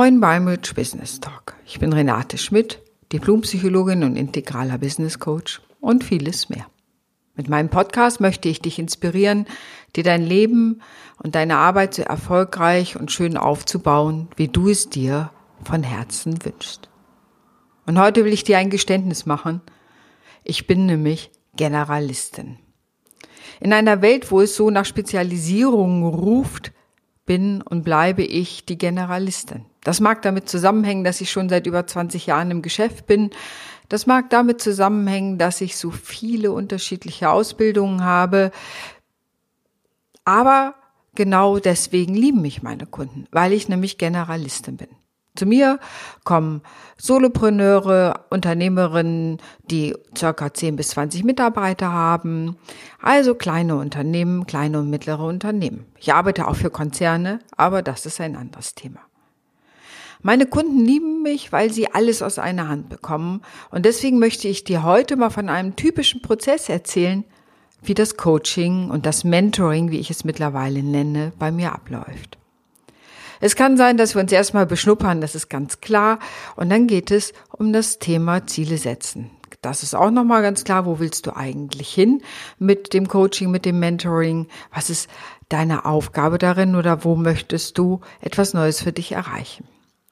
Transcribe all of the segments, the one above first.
Moin beim Rich Business Talk. Ich bin Renate Schmidt, Diplompsychologin und integraler Business Coach und vieles mehr. Mit meinem Podcast möchte ich dich inspirieren, dir dein Leben und deine Arbeit so erfolgreich und schön aufzubauen, wie du es dir von Herzen wünschst. Und heute will ich dir ein Geständnis machen. Ich bin nämlich Generalistin. In einer Welt, wo es so nach Spezialisierung ruft, bin und bleibe ich die Generalistin. Das mag damit zusammenhängen, dass ich schon seit über 20 Jahren im Geschäft bin. Das mag damit zusammenhängen, dass ich so viele unterschiedliche Ausbildungen habe. Aber genau deswegen lieben mich meine Kunden, weil ich nämlich Generalistin bin. Zu mir kommen Solopreneure, Unternehmerinnen, die ca. 10 bis 20 Mitarbeiter haben, also kleine Unternehmen, kleine und mittlere Unternehmen. Ich arbeite auch für Konzerne, aber das ist ein anderes Thema. Meine Kunden lieben mich, weil sie alles aus einer Hand bekommen, und deswegen möchte ich dir heute mal von einem typischen Prozess erzählen, wie das Coaching und das Mentoring, wie ich es mittlerweile nenne, bei mir abläuft. Es kann sein, dass wir uns erstmal beschnuppern, das ist ganz klar. Und dann geht es um das Thema Ziele setzen. Das ist auch nochmal ganz klar, wo willst du eigentlich hin mit dem Coaching, mit dem Mentoring? Was ist deine Aufgabe darin oder wo möchtest du etwas Neues für dich erreichen?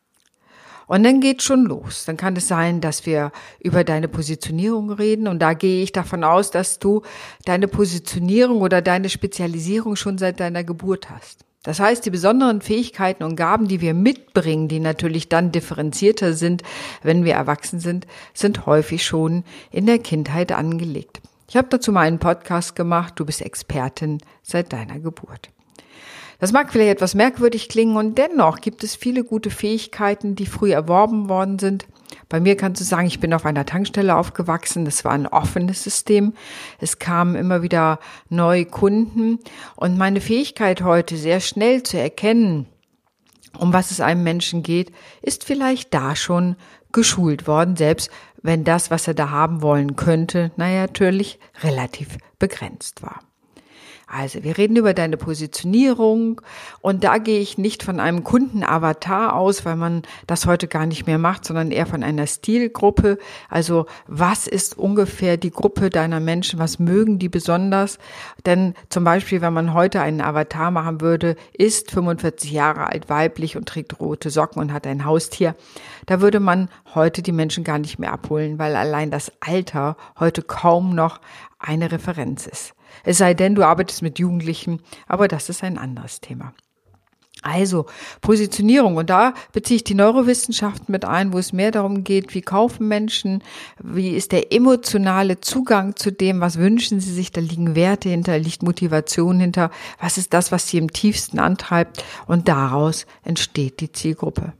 Und dann geht schon los. Dann kann es sein, dass wir über deine Positionierung reden. Und da gehe ich davon aus, dass du deine Positionierung oder deine Spezialisierung schon seit deiner Geburt hast. Das heißt, die besonderen Fähigkeiten und Gaben, die wir mitbringen, die natürlich dann differenzierter sind, wenn wir erwachsen sind, sind häufig schon in der Kindheit angelegt. Ich habe dazu mal einen Podcast gemacht, du bist Expertin seit deiner Geburt. Das mag vielleicht etwas merkwürdig klingen und dennoch gibt es viele gute Fähigkeiten, die früh erworben worden sind. Bei mir kannst du sagen, ich bin auf einer Tankstelle aufgewachsen. Das war ein offenes System. Es kamen immer wieder neue Kunden und meine Fähigkeit heute sehr schnell zu erkennen, um was es einem Menschen geht, ist vielleicht da schon geschult worden, selbst wenn das, was er da haben wollen könnte, natürlich relativ begrenzt war. Also, wir reden über deine Positionierung und da gehe ich nicht von einem Kundenavatar aus, weil man das heute gar nicht mehr macht, sondern eher von einer Stilgruppe. Also, was ist ungefähr die Gruppe deiner Menschen? Was mögen die besonders? Denn zum Beispiel, wenn man heute einen Avatar machen würde, ist 45 Jahre alt, weiblich und trägt rote Socken und hat ein Haustier. Da würde man heute die Menschen gar nicht mehr abholen, weil allein das Alter heute kaum noch eine Referenz ist. Es sei denn, du arbeitest mit Jugendlichen, aber das ist ein anderes Thema. Also Positionierung, und da beziehe ich die Neurowissenschaften mit ein, wo es mehr darum geht, wie kaufen Menschen, wie ist der emotionale Zugang zu dem, was wünschen sie sich, da liegen Werte hinter, da liegt Motivation hinter, was ist das, was sie im tiefsten antreibt, und daraus entsteht die Zielgruppe.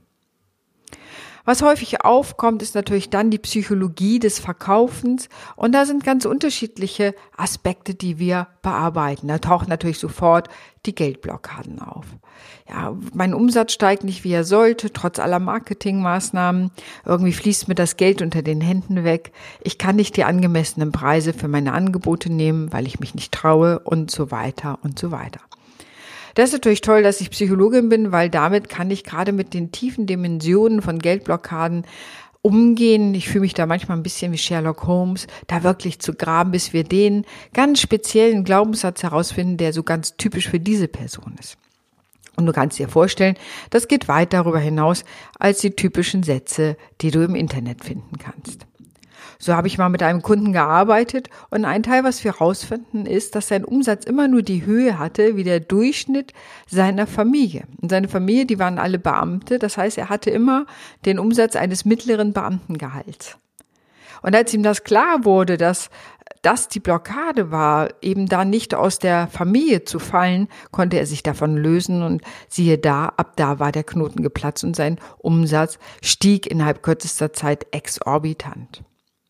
Was häufig aufkommt, ist natürlich dann die Psychologie des Verkaufens, und da sind ganz unterschiedliche Aspekte, die wir bearbeiten. Da tauchen natürlich sofort die Geldblockaden auf. Ja, mein Umsatz steigt nicht, wie er sollte, trotz aller Marketingmaßnahmen. Irgendwie fließt mir das Geld unter den Händen weg. Ich kann nicht die angemessenen Preise für meine Angebote nehmen, weil ich mich nicht traue, und so weiter und so weiter. Das ist natürlich toll, dass ich Psychologin bin, weil damit kann ich gerade mit den tiefen Dimensionen von Geldblockaden umgehen. Ich fühle mich da manchmal ein bisschen wie Sherlock Holmes, da wirklich zu graben, bis wir den ganz speziellen Glaubenssatz herausfinden, der so ganz typisch für diese Person ist. Und du kannst dir vorstellen, das geht weit darüber hinaus als die typischen Sätze, die du im Internet finden kannst. So habe ich mal mit einem Kunden gearbeitet, und ein Teil, was wir herausfinden, ist, dass sein Umsatz immer nur die Höhe hatte wie der Durchschnitt seiner Familie. Und seine Familie, die waren alle Beamte, das heißt, er hatte immer den Umsatz eines mittleren Beamtengehalts. Und als ihm das klar wurde, dass das die Blockade war, eben da nicht aus der Familie zu fallen, konnte er sich davon lösen, und siehe da, ab da war der Knoten geplatzt und sein Umsatz stieg innerhalb kürzester Zeit exorbitant.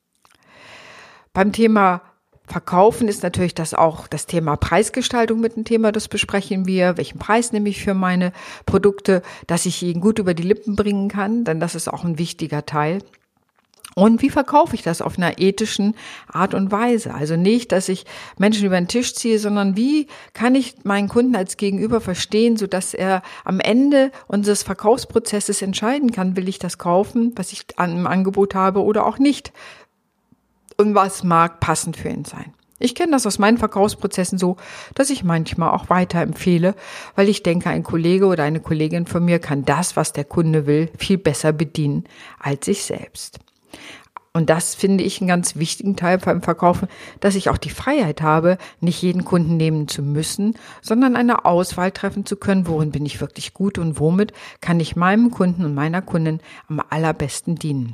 Beim Thema Verkaufen ist natürlich das auch das Thema Preisgestaltung mit ein Thema, das besprechen wir. Welchen Preis nehme ich für meine Produkte, dass ich ihn gut über die Lippen bringen kann, denn das ist auch ein wichtiger Teil. Und wie verkaufe ich das auf einer ethischen Art und Weise? Also nicht, dass ich Menschen über den Tisch ziehe, sondern wie kann ich meinen Kunden als Gegenüber verstehen, sodass er am Ende unseres Verkaufsprozesses entscheiden kann, will ich das kaufen, was ich im Angebot habe oder auch nicht? Und was mag passend für ihn sein? Ich kenne das aus meinen Verkaufsprozessen so, dass ich manchmal auch weiterempfehle, weil ich denke, ein Kollege oder eine Kollegin von mir kann das, was der Kunde will, viel besser bedienen als ich selbst. Und das finde ich einen ganz wichtigen Teil beim Verkaufen, dass ich auch die Freiheit habe, nicht jeden Kunden nehmen zu müssen, sondern eine Auswahl treffen zu können, worin bin ich wirklich gut und womit kann ich meinem Kunden und meiner Kundin am allerbesten dienen.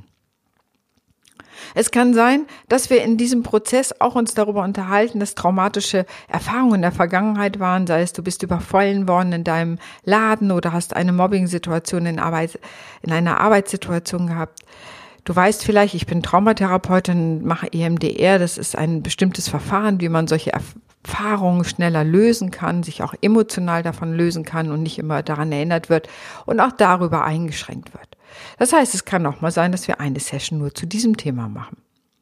Es kann sein, dass wir in diesem Prozess auch uns darüber unterhalten, dass traumatische Erfahrungen in der Vergangenheit waren, sei es du bist überfallen worden in deinem Laden oder hast eine Mobbing-Situation in einer Arbeitssituation gehabt. Du weißt vielleicht, ich bin Traumatherapeutin, mache EMDR, das ist ein bestimmtes Verfahren, wie man solche Erfahrungen schneller lösen kann, sich auch emotional davon lösen kann und nicht immer daran erinnert wird und auch darüber eingeschränkt wird. Das heißt, es kann auch mal sein, dass wir eine Session nur zu diesem Thema machen.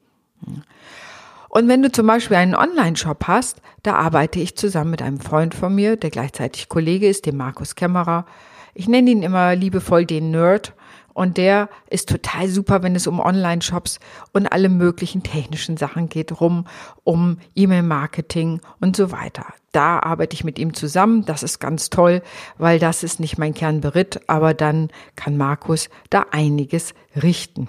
Und wenn du zum Beispiel einen Online-Shop hast, da arbeite ich zusammen mit einem Freund von mir, der gleichzeitig Kollege ist, dem Markus Kämmerer. Ich nenne ihn immer liebevoll den Nerd. Und der ist total super, wenn es um Online-Shops und alle möglichen technischen Sachen geht, um E-Mail-Marketing und so weiter. Da arbeite ich mit ihm zusammen. Das ist ganz toll, weil das ist nicht mein Kernberitt, aber dann kann Markus da einiges richten.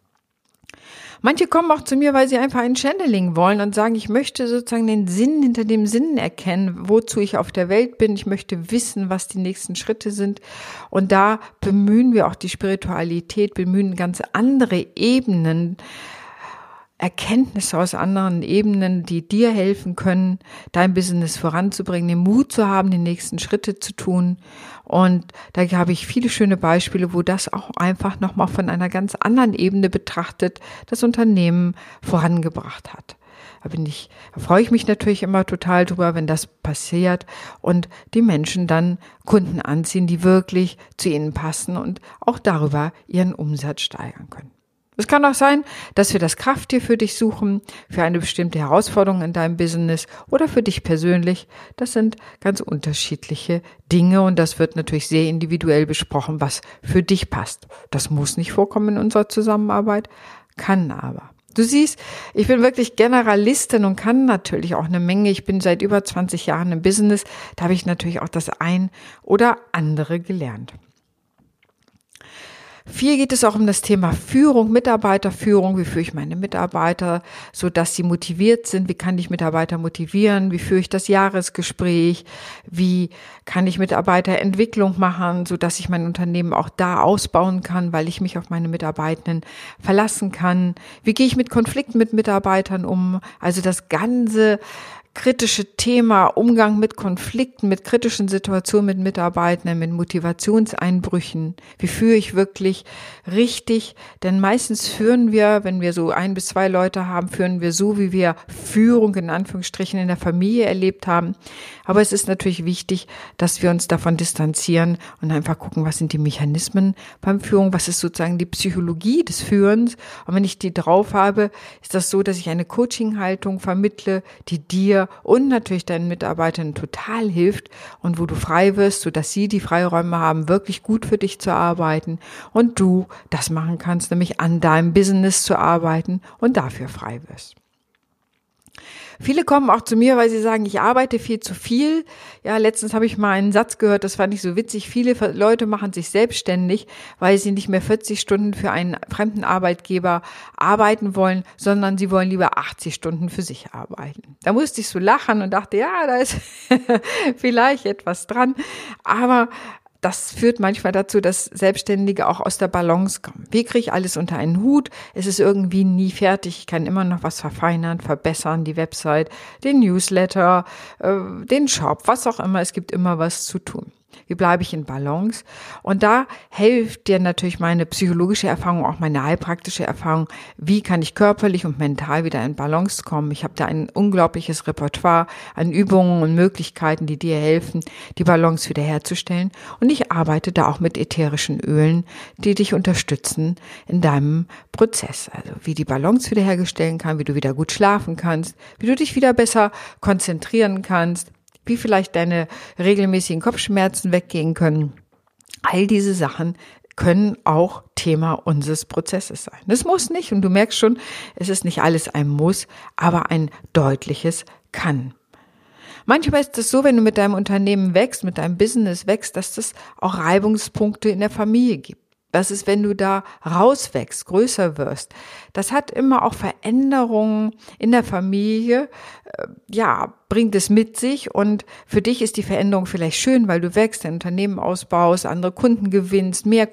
Manche kommen auch zu mir, weil sie einfach ein Channeling wollen und sagen, ich möchte sozusagen den Sinn hinter dem Sinn erkennen, wozu ich auf der Welt bin. Ich möchte wissen, was die nächsten Schritte sind. Und da bemühen wir auch die Spiritualität, bemühen ganz andere Ebenen, Erkenntnisse aus anderen Ebenen, die dir helfen können, dein Business voranzubringen, den Mut zu haben, die nächsten Schritte zu tun. Und da habe ich viele schöne Beispiele, wo das auch einfach nochmal von einer ganz anderen Ebene betrachtet das Unternehmen vorangebracht hat. Da freue ich mich natürlich immer total drüber, wenn das passiert und die Menschen dann Kunden anziehen, die wirklich zu ihnen passen und auch darüber ihren Umsatz steigern können. Es kann auch sein, dass wir das Krafttier für dich suchen, für eine bestimmte Herausforderung in deinem Business oder für dich persönlich. Das sind ganz unterschiedliche Dinge und das wird natürlich sehr individuell besprochen, was für dich passt. Das muss nicht vorkommen in unserer Zusammenarbeit, kann aber. Du siehst, ich bin wirklich Generalistin und kann natürlich auch eine Menge. Ich bin seit über 20 Jahren im Business. Da habe ich natürlich auch das ein oder andere gelernt. Viel geht es auch um das Thema Führung, Mitarbeiterführung. Wie führe ich meine Mitarbeiter, so dass sie motiviert sind? Wie kann ich Mitarbeiter motivieren? Wie führe ich das Jahresgespräch? Wie kann ich Mitarbeiterentwicklung machen, so dass ich mein Unternehmen auch da ausbauen kann, weil ich mich auf meine Mitarbeitenden verlassen kann? Wie gehe ich mit Konflikten mit Mitarbeitern um? Also das ganze kritische Thema Umgang mit Konflikten, mit kritischen Situationen mit Mitarbeitern, mit Motivationseinbrüchen. Wie führe ich wirklich richtig? Denn meistens führen wir, wenn wir so 1 bis 2 Leute haben, führen wir so, wie wir Führung in Anführungsstrichen in der Familie erlebt haben. Aber es ist natürlich wichtig, dass wir uns davon distanzieren und einfach gucken, was sind die Mechanismen beim Führung, was ist sozusagen die Psychologie des Führens. Und wenn ich die drauf habe, ist das so, dass ich eine Coaching-Haltung vermittle, die dir und natürlich deinen Mitarbeitern total hilft und wo du frei wirst, sodass sie die Freiräume haben, wirklich gut für dich zu arbeiten und du das machen kannst, nämlich an deinem Business zu arbeiten und dafür frei wirst. Viele kommen auch zu mir, weil sie sagen, ich arbeite viel zu viel. Ja, letztens habe ich mal einen Satz gehört, das fand ich so witzig. Viele Leute machen sich selbstständig, weil sie nicht mehr 40 Stunden für einen fremden Arbeitgeber arbeiten wollen, sondern sie wollen lieber 80 Stunden für sich arbeiten. Da musste ich so lachen und dachte, ja, da ist vielleicht etwas dran. Aber das führt manchmal dazu, dass Selbstständige auch aus der Balance kommen. Wie kriege ich alles unter einen Hut? Es ist irgendwie nie fertig. Ich kann immer noch was verfeinern, verbessern, die Website, den Newsletter, den Shop, was auch immer. Es gibt immer was zu tun. Wie bleibe ich in Balance? Und da hilft dir natürlich meine psychologische Erfahrung, auch meine heilpraktische Erfahrung. Wie kann ich körperlich und mental wieder in Balance kommen? Ich habe da ein unglaubliches Repertoire an Übungen und Möglichkeiten, die dir helfen, die Balance wiederherzustellen. Und ich arbeite da auch mit ätherischen Ölen, die dich unterstützen in deinem Prozess. Also wie die Balance wiederherstellen kann, wie du wieder gut schlafen kannst, wie du dich wieder besser konzentrieren kannst, wie vielleicht deine regelmäßigen Kopfschmerzen weggehen können. All diese Sachen können auch Thema unseres Prozesses sein. Das muss nicht, und du merkst schon, es ist nicht alles ein Muss, aber ein deutliches Kann. Manchmal ist es so, wenn du mit deinem Unternehmen wächst, mit deinem Business wächst, dass es auch Reibungspunkte in der Familie gibt. Das ist, wenn du da rauswächst, größer wirst. Das hat immer auch Veränderungen in der Familie, bringt es mit sich, und für dich ist die Veränderung vielleicht schön, weil du wächst, dein Unternehmen ausbaust, andere Kunden gewinnst, mehr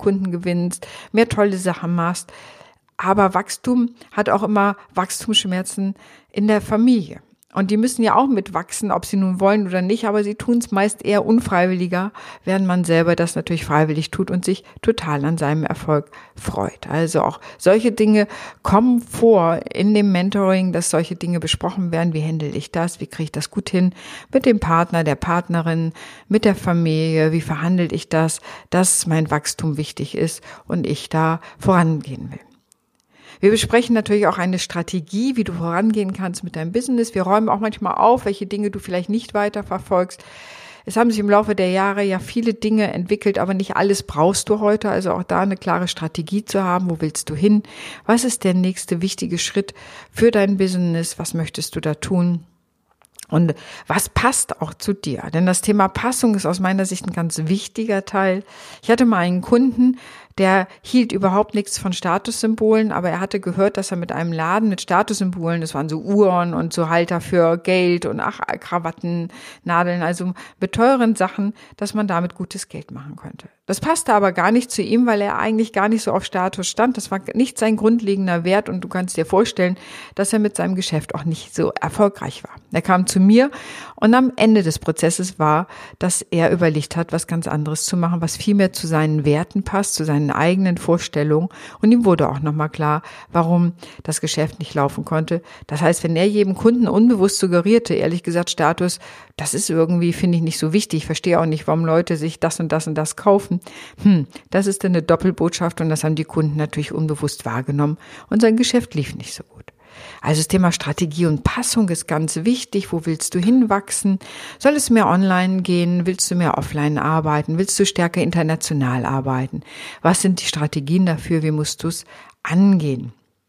tolle Sachen machst. Aber Wachstum hat auch immer Wachstumsschmerzen in der Familie. Und die müssen ja auch mitwachsen, ob sie nun wollen oder nicht, aber sie tun es meist eher unfreiwilliger, während man selber das natürlich freiwillig tut und sich total an seinem Erfolg freut. Also auch solche Dinge kommen vor in dem Mentoring, dass solche Dinge besprochen werden. Wie handle ich das? Wie kriege ich das gut hin mit dem Partner, der Partnerin, mit der Familie? Wie verhandle ich das, dass mein Wachstum wichtig ist und ich da vorangehen will? Wir besprechen natürlich auch eine Strategie, wie du vorangehen kannst mit deinem Business. Wir räumen auch manchmal auf, welche Dinge du vielleicht nicht weiter verfolgst. Es haben sich im Laufe der Jahre ja viele Dinge entwickelt, aber nicht alles brauchst du heute. Also auch da eine klare Strategie zu haben. Wo willst du hin? Was ist der nächste wichtige Schritt für dein Business? Was möchtest du da tun? Und was passt auch zu dir? Denn das Thema Passung ist aus meiner Sicht ein ganz wichtiger Teil. Ich hatte mal einen Kunden, der hielt überhaupt nichts von Statussymbolen, aber er hatte gehört, dass er mit einem Laden mit Statussymbolen, das waren so Uhren und so Halter für Geld und Krawatten, Nadeln, also mit teuren Sachen, dass man damit gutes Geld machen könnte. Das passte aber gar nicht zu ihm, weil er eigentlich gar nicht so auf Status stand. Das war nicht sein grundlegender Wert, und du kannst dir vorstellen, dass er mit seinem Geschäft auch nicht so erfolgreich war. Er kam zu mir, und am Ende des Prozesses war, dass er überlegt hat, was ganz anderes zu machen, was viel mehr zu seinen Werten passt, zu seinen eigenen Vorstellungen, und ihm wurde auch nochmal klar, warum das Geschäft nicht laufen konnte. Das heißt, wenn er jedem Kunden unbewusst suggerierte, ehrlich gesagt, Status, das ist irgendwie, finde ich, nicht so wichtig, ich verstehe auch nicht, warum Leute sich das und das und das kaufen, das ist dann eine Doppelbotschaft, und das haben die Kunden natürlich unbewusst wahrgenommen, und sein Geschäft lief nicht so gut. Also das Thema Strategie und Passung ist ganz wichtig. Wo willst du hinwachsen? Soll es mehr online gehen? Willst du mehr offline arbeiten? Willst du stärker international arbeiten? Was sind die Strategien dafür? Wie musst du es angehen?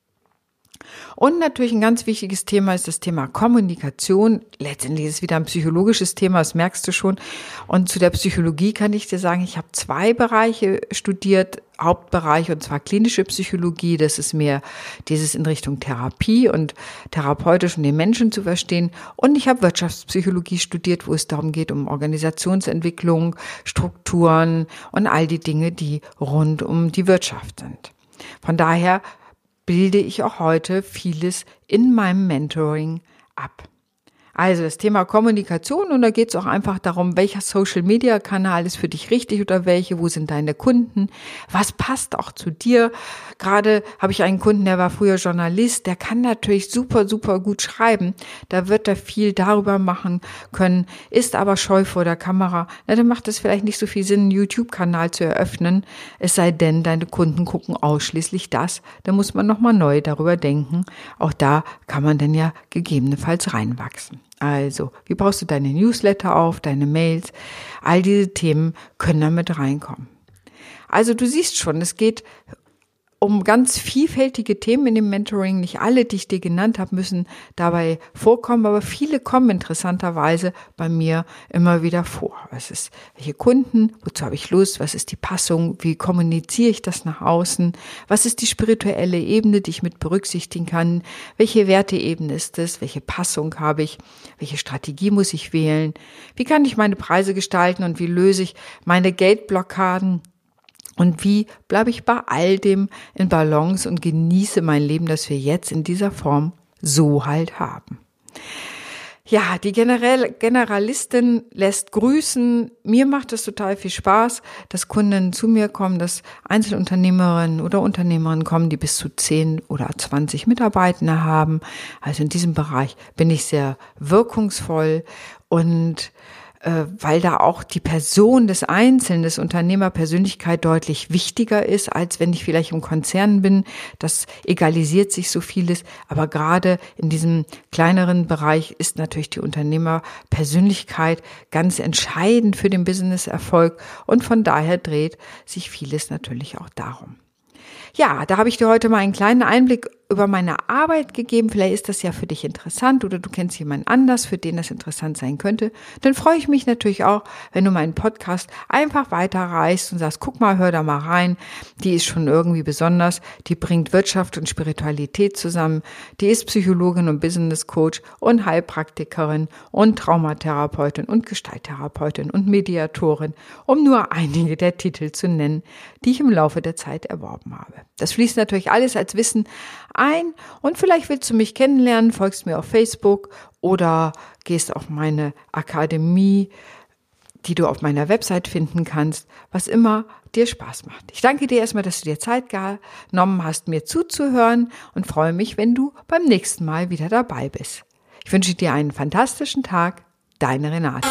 Und natürlich ein ganz wichtiges Thema ist das Thema Kommunikation. Letztendlich ist es wieder ein psychologisches Thema, das merkst du schon. Und zu der Psychologie kann ich dir sagen, ich habe 2 Bereiche studiert, Hauptbereich, und zwar klinische Psychologie. Das ist mehr dieses in Richtung Therapie und therapeutisch und den Menschen zu verstehen. Und ich habe Wirtschaftspsychologie studiert, wo es darum geht, um Organisationsentwicklung, Strukturen und all die Dinge, die rund um die Wirtschaft sind. Von daher bilde ich auch heute vieles in meinem Mentoring ab. Also das Thema Kommunikation, und da geht es auch einfach darum, welcher Social-Media-Kanal ist für dich richtig oder welche, wo sind deine Kunden, was passt auch zu dir. Gerade habe ich einen Kunden, der war früher Journalist, der kann natürlich super, super gut schreiben, da wird er viel darüber machen können, ist aber scheu vor der Kamera. Na, dann macht es vielleicht nicht so viel Sinn, einen YouTube-Kanal zu eröffnen, es sei denn, deine Kunden gucken ausschließlich das, da muss man nochmal neu darüber denken. Auch da kann man dann ja gegebenenfalls reinwachsen. Also, wie baust du deine Newsletter auf, deine Mails? All diese Themen können da mit reinkommen. Also du siehst schon, es geht um ganz vielfältige Themen in dem Mentoring. Nicht alle, die ich dir genannt habe, müssen dabei vorkommen, aber viele kommen interessanterweise bei mir immer wieder vor. Was ist, welche Kunden, wozu habe ich Lust, was ist die Passung, wie kommuniziere ich das nach außen, was ist die spirituelle Ebene, die ich mit berücksichtigen kann, welche Werteebene ist es, welche Passung habe ich, welche Strategie muss ich wählen, wie kann ich meine Preise gestalten und wie löse ich meine Geldblockaden. Und wie bleibe ich bei all dem in Balance und genieße mein Leben, das wir jetzt in dieser Form so halt haben. Ja, die Generalistin lässt grüßen. Mir macht es total viel Spaß, dass Kunden zu mir kommen, dass Einzelunternehmerinnen oder Unternehmerinnen kommen, die bis zu 10 oder 20 Mitarbeitende haben. Also in diesem Bereich bin ich sehr wirkungsvoll und weil da auch die Person des Einzelnen, des Unternehmerpersönlichkeit deutlich wichtiger ist, als wenn ich vielleicht im Konzern bin. Das egalisiert sich so vieles. Aber gerade in diesem kleineren Bereich ist natürlich die Unternehmerpersönlichkeit ganz entscheidend für den Businesserfolg. Und von daher dreht sich vieles natürlich auch darum. Ja, da habe ich dir heute mal einen kleinen Einblick über meine Arbeit gegeben. Vielleicht ist das ja für dich interessant oder du kennst jemanden anders, für den das interessant sein könnte. Dann freue ich mich natürlich auch, wenn du meinen Podcast einfach weiterreichst und sagst, guck mal, hör da mal rein. Die ist schon irgendwie besonders. Die bringt Wirtschaft und Spiritualität zusammen. Die ist Psychologin und Business Coach und Heilpraktikerin und Traumatherapeutin und Gestalttherapeutin und Mediatorin, um nur einige der Titel zu nennen, die ich im Laufe der Zeit erworben habe. Das fließt natürlich alles als Wissen ein und vielleicht willst du mich kennenlernen, folgst mir auf Facebook oder gehst auf meine Akademie, die du auf meiner Website finden kannst, was immer dir Spaß macht. Ich danke dir erstmal, dass du dir Zeit genommen hast, mir zuzuhören und freue mich, wenn du beim nächsten Mal wieder dabei bist. Ich wünsche dir einen fantastischen Tag. Deine Renate.